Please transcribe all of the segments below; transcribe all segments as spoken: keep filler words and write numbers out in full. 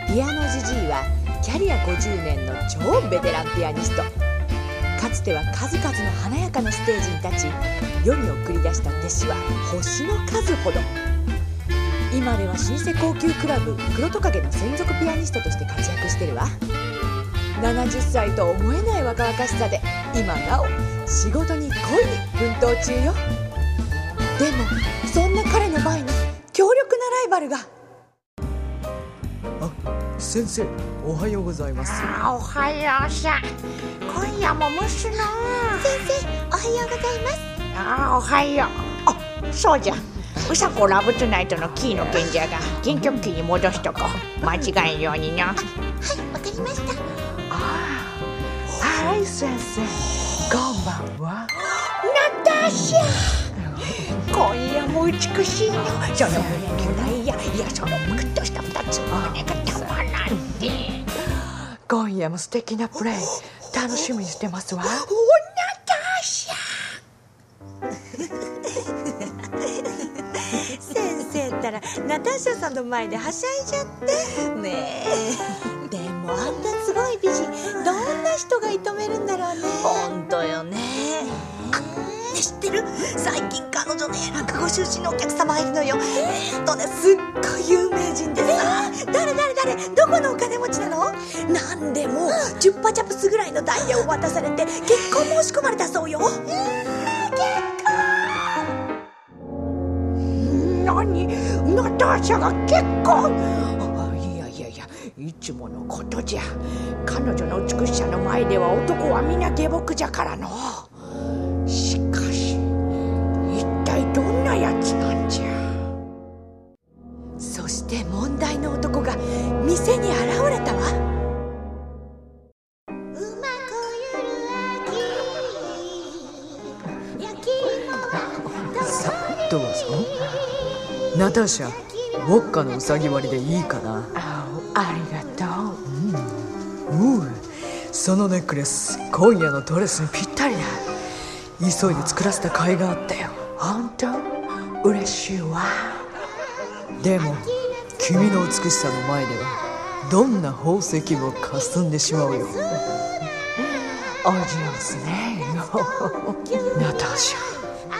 ピアノじじいはキャリアごじゅうねんの超ベテランピアニスト。かつては数々の華やかなステージに立ち、世に送り出した弟子は星の数ほど。今では老舗高級クラブ黒トカゲの専属ピアニストとして活躍してるわ。ななじゅっさいと思えない若々しさで今なお仕事に恋に奮闘中よ。でもそんな彼の前に強力なライバルが。 あ、先生おはようございます。 あ、おはようさ。今夜も蒸すの。先生おはようございます。 あ、おはよう。あ、そうじゃ、うさこラブトゥナイトのキーの件じゃが原曲キーに戻しとこう。間違えんようにな。 はい、わかりました。 あ、はい先生、こんばんは。ナターシャ、今夜も美しいの。その胸のないやいやそのむくっとした二つの胸がたまらんで。今夜も素敵なプレイ楽しみにしてますわ。お、ナターシャ。 先生ったらナターシャさんの前ではしゃいじゃってねえ。でもあんなすごい美人どんな人が射止めるんだろうね。 本当よね。あ、ね、知ってる？最近彼女ね、落語出身のお客様がいるのよ。えーっとね、すっごい有名人でさ。 誰誰誰？どこのお金持ちなの？ なんでもチュッパチャプスぐらいのダイヤを渡されて結婚申し込まれたそうよ。 結婚？何？ナターシャが結婚？いやいやいや、いつものことじゃ。彼女の美しさの前では男は皆下僕じゃからの。しかし一体どんなやつなんじゃ。 そして問題の男が店に現れたわ。 さあどうぞ。ナターシャ、ウォッカのうさぎ割りでいいかな。 あ、ありがとう。 うん、うそのネックレス今夜のドレスにぴったりだ。急いで作らせた甲斐があったよ。 本当嬉しいわ。 でも君の美しさの前ではどんな宝石も霞んでしまうよ。 お上手ねナターシャ。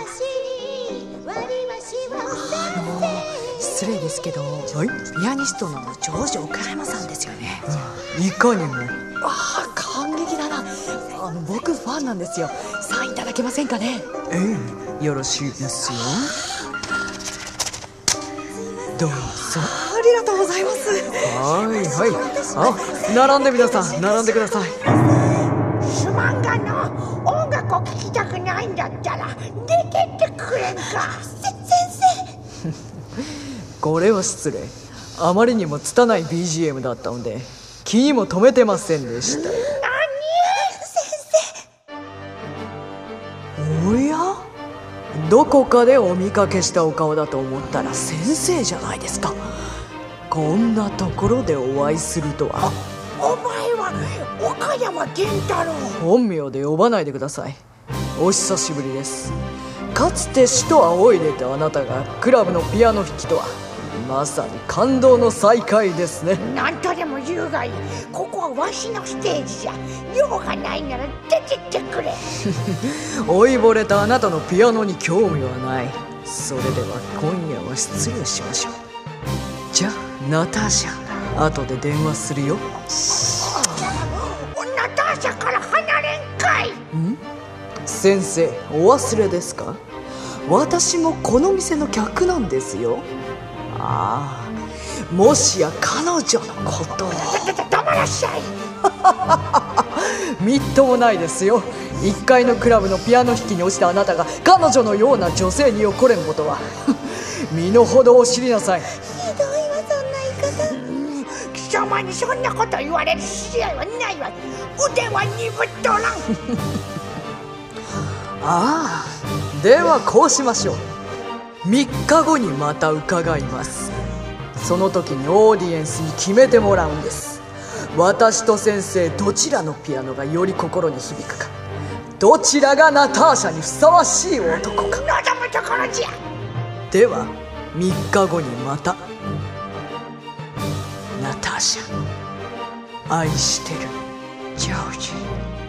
あの失礼ですけど、 はい、 ピアニストのジョージ岡山さんですよね。 いかにも。 ああ、感激だな。あの僕ファンなんですよ。サインいただけませんかね。 ええ、よろしいですよ。どうぞ。 ありがとうございます。 はいはい。あ、並んで皆さん並んでください。 すまんがの、音楽を聴きたくないんだったら出てってくれんか。 先生これは失礼。あまりにも拙い ビージーエム だったので気にも留めてませんでした。おや、どこかでお見かけしたお顔だと思ったら先生じゃないですか。こんなところでお会いするとは。 お前は岡山健太郎。 本名で呼ばないでください。お久しぶりです。かつて死と仰いでたあなたがクラブのピアノ弾きとはまさに感動の再会ですね。 なんとでも言うがいい。ここはわしのステージじゃ。用がないなら出てってくれ。 老いぼれたあなたのピアノに興味はない。それでは今夜は失礼しましょう。じゃあナターシャ、後で電話するよ。 ナターシャから離れんかい。 ん？先生、お忘れですか？私もこの店の客なんですよ。ああ、もしや彼女のことを。 だだ黙らっしゃい。 みっともないですよ。いっかいのクラブのピアノ弾きに落ちたあなたが彼女のような女性に怒れんことは身の程を知りなさい。 ひどいわ、そんな言い方。 貴様にそんなこと言われる筋合いはないわ。腕は鈍っとらん。 ああ、ではこうしましょう。みっかごにまた伺います。その時にオーディエンスに決めてもらうんです。私と先生どちらのピアノがより心に響くか、どちらがナターシャにふさわしい男か。 望むところじゃ。 ではみっかごにまた。ナターシャ。 ーシャ、愛してるジョージ。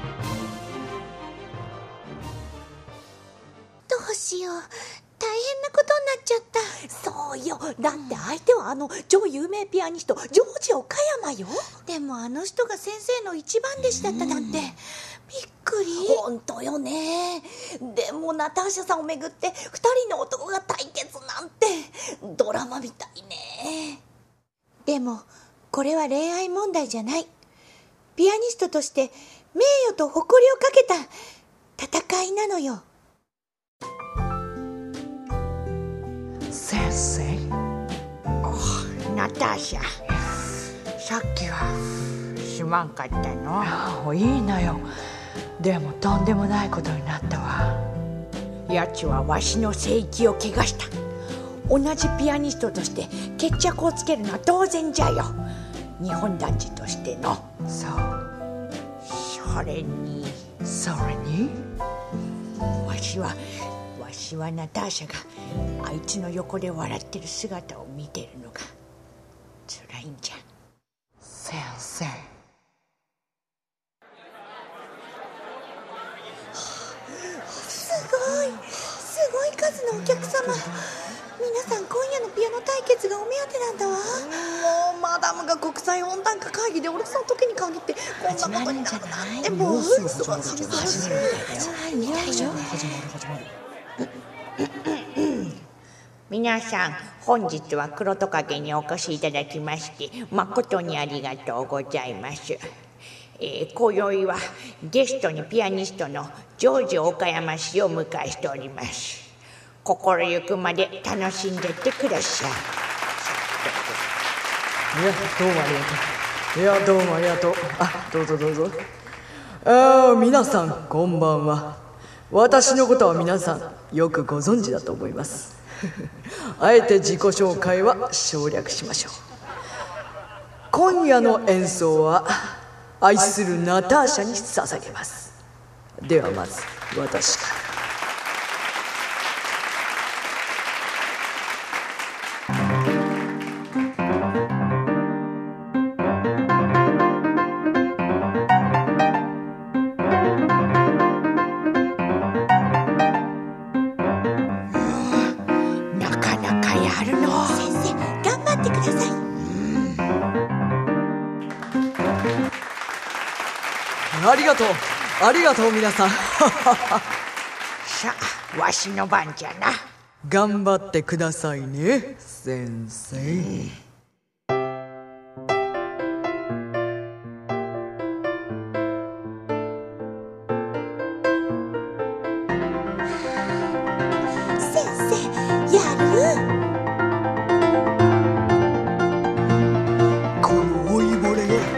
どうしよう、大変なことになっちゃった。 そうよ、だって相手はあの超有名ピアニストジョージ岡山よ。 でもあの人が先生の一番弟子だったなんて、びっくり。 本当よね。でもナターシャさんをめぐって二人の男が対決なんてドラマみたいね。 でもこれは恋愛問題じゃない。ピアニストとして名誉と誇りをかけた戦いなのよ。 先生。ナターシャ、さっきはすまんかったの。 ああ、いいなよ。でもとんでもないことになったわ。 やつはわしの聖域を汚した。同じピアニストとして決着をつけるのは当然じゃよ。日本男児としての。 そう。 それにそれにわしはわしはナターシャがあいつの横で笑ってる姿を見てるのが辛いんじゃ。 先生。 すごいすごい数のお客様。皆さん今夜のピアノ対決がお目当てなんだわ。 もうマダムが国際温暖化会議でお留守の時に限ってこんなことになるなんて、もう嘘がつきそうし。 皆さん、本日は黒トカゲにお越しいただきまして誠にありがとうございます。えー、今宵はゲストにピアニストのジョージ岡山氏を迎えしております。心ゆくまで楽しんでってください。 いや、どうもありがとう。いや、どうもありがとう。あ、どうぞどうぞ。ああ、皆さんこんばんは。私のことは皆さんよくご存知だと思います。あえて自己紹介は省略しましょう。今夜の演奏は愛するナターシャに捧げます。ではまず私から。 なかなかやるの。 先生頑張ってください。 ありがとうありがとう皆さん。 さあ、わしの番じゃな。 頑張ってくださいね先生。 先生やる。 この老いぼれが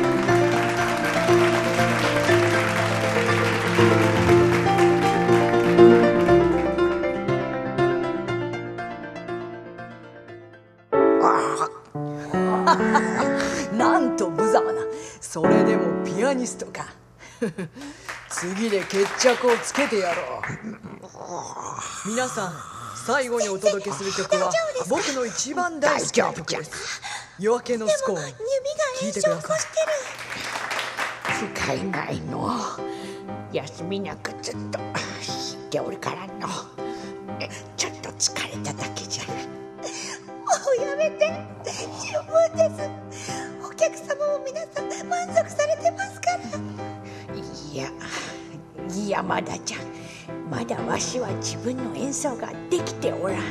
なんと無様な。それでもピアニストか。次で決着をつけてやろう。皆さん、最後にお届けする曲は僕の一番大好きな曲です。夜明けのスコーン。 指が聞いて炎症ください。 使えないの。休みなくずっと弾いておるからの。ちょっと疲れただけじゃ。 もうやめて。十分です。お客様も皆さん満足されてますから。 いやいや、まだじゃ。まだわしは自分の演奏ができておらん。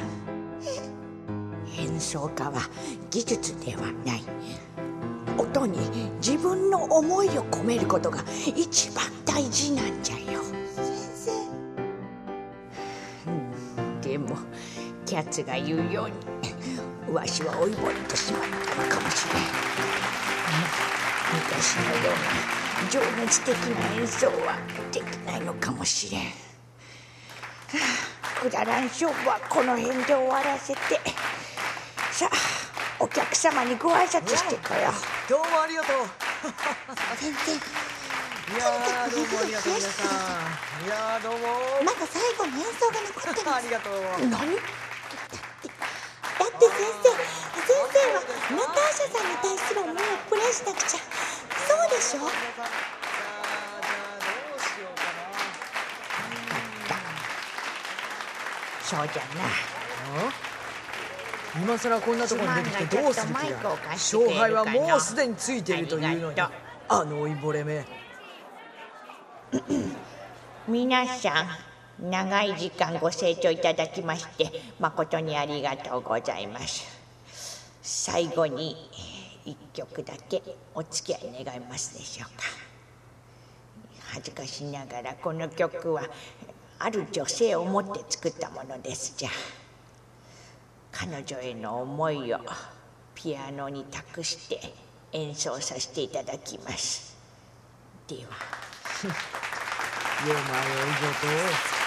演奏家は技術ではない。音に自分の思いを込めることが一番大事なんじゃよ。 先生。でもキャッツが言うようにわしは老いぼれてしまったのかもしれん。昔のような情熱的な演奏はできないのかもしれん。くだらん勝負はこの辺で終わらせて、さあお客様にご挨拶してこよう。 どうもありがとう。 先生、 いやー、どうもありがとう皆さん。いやー、どうもまだ最後の演奏が残ってます。 ありがとう。 何？ だって先生先生はナターシャさんに対する思いをなくちゃ。そうでしょ。 そうじゃな。 今さらこんなところに出てきてどうする気だ。勝敗はもうすでについているというのに、あの老いぼれめ。 皆さん、長い時間ご清聴いただきまして誠にありがとうございます。最後に一曲だけお付き合い願いますでしょうか。恥ずかしながらこの曲はある女性を思って作ったものですじゃ。彼女への思いをピアノに託して演奏させていただきます。では。 よまよいぞと。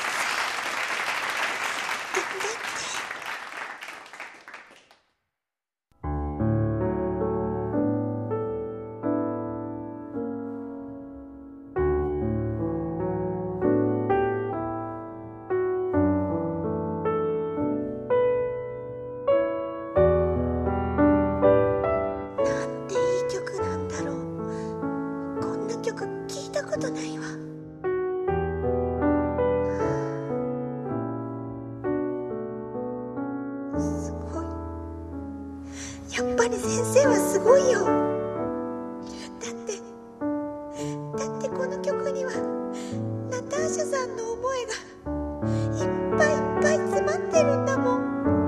やっぱり先生はすごいよ。だってだってこの曲にはナターシャさんの思いがいっぱいいっぱい詰まってるんだもん。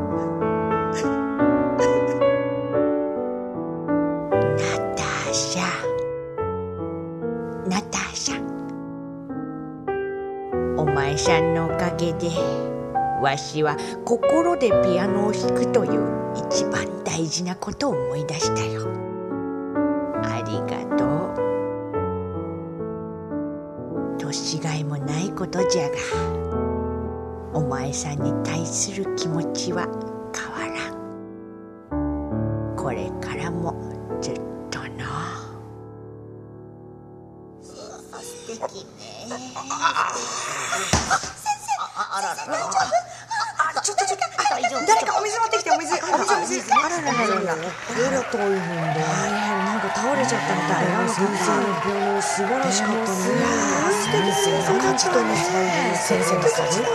ナターシャナターシャ、お前さんのおかげでわしは心でピアノを弾くという一番大事なことを思い出したよ。ありがとう。年がいもないことじゃが、お前さんに対する気持ちは変わらん。これからもずっとな。 素敵ね。 ちょっとちょっと誰かお水持ってきて。お水お水お水。あららららら。 これ大変だ。 なんか倒れちゃったみたい。 先生のピアノ素晴らしかったね。 素敵ですね。感じとね、先生の最高だったよ。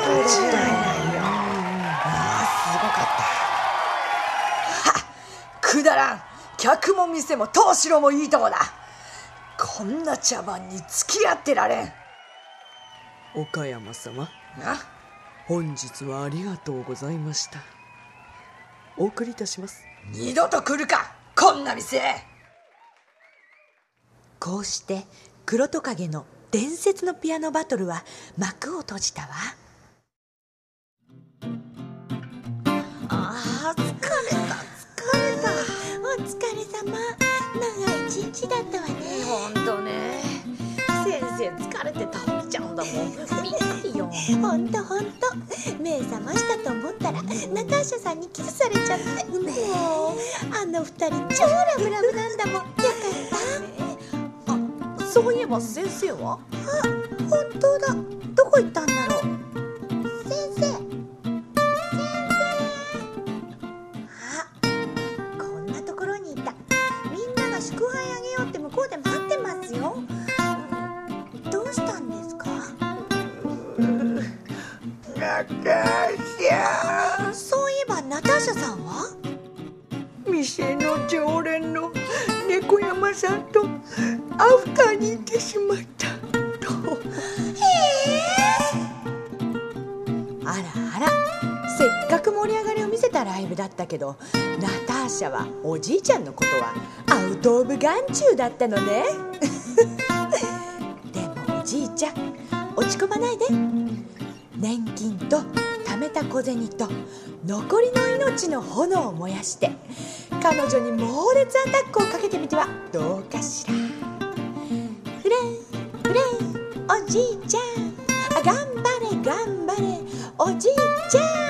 ああ、すごかった。 はっ、くだらん。客も店も藤四郎もいいとこだ。こんな茶番に付き合ってられん。岡山様、本日はありがとうございました。お送りいたします。二度と来るか、こんな店。 こうして黒トカゲの伝説のピアノバトルは幕を閉じたわ。 あー、疲れた疲れた。お疲れ様。長い一日だったわね。 ほんとね。先生疲れて倒れちゃうんだもん。びっくりよ。 ほんとほんと。目覚ましたと思ったらナターシャさんにキスされちゃって、もうあの二人超ラブラブなんだもん。よかった。 あ、そういえば先生は？ あ、本当だ。どこ行ったんだろう。先生先生。あ、こんなところにいた。みんなが祝杯あげようって向こうで待ってますよ。どうしたんですか？ ナターシャ。 そういえばナターシャさんは？ 店の常連の猫山さんとアフターに行ってしまったと。 あらあら、せっかく盛り上がりを見せたライブだったけど、ナターシャはおじいちゃんのことはアウトオブ眼中だったのね。でもおじいちゃん、落ち込まないで。年金と貯めた小銭と残りの命の炎を燃やして彼女に猛烈アタックをかけてみてはどうかしら。フレンフレン、おじいちゃん、あ、頑張れ頑張れおじいちゃん。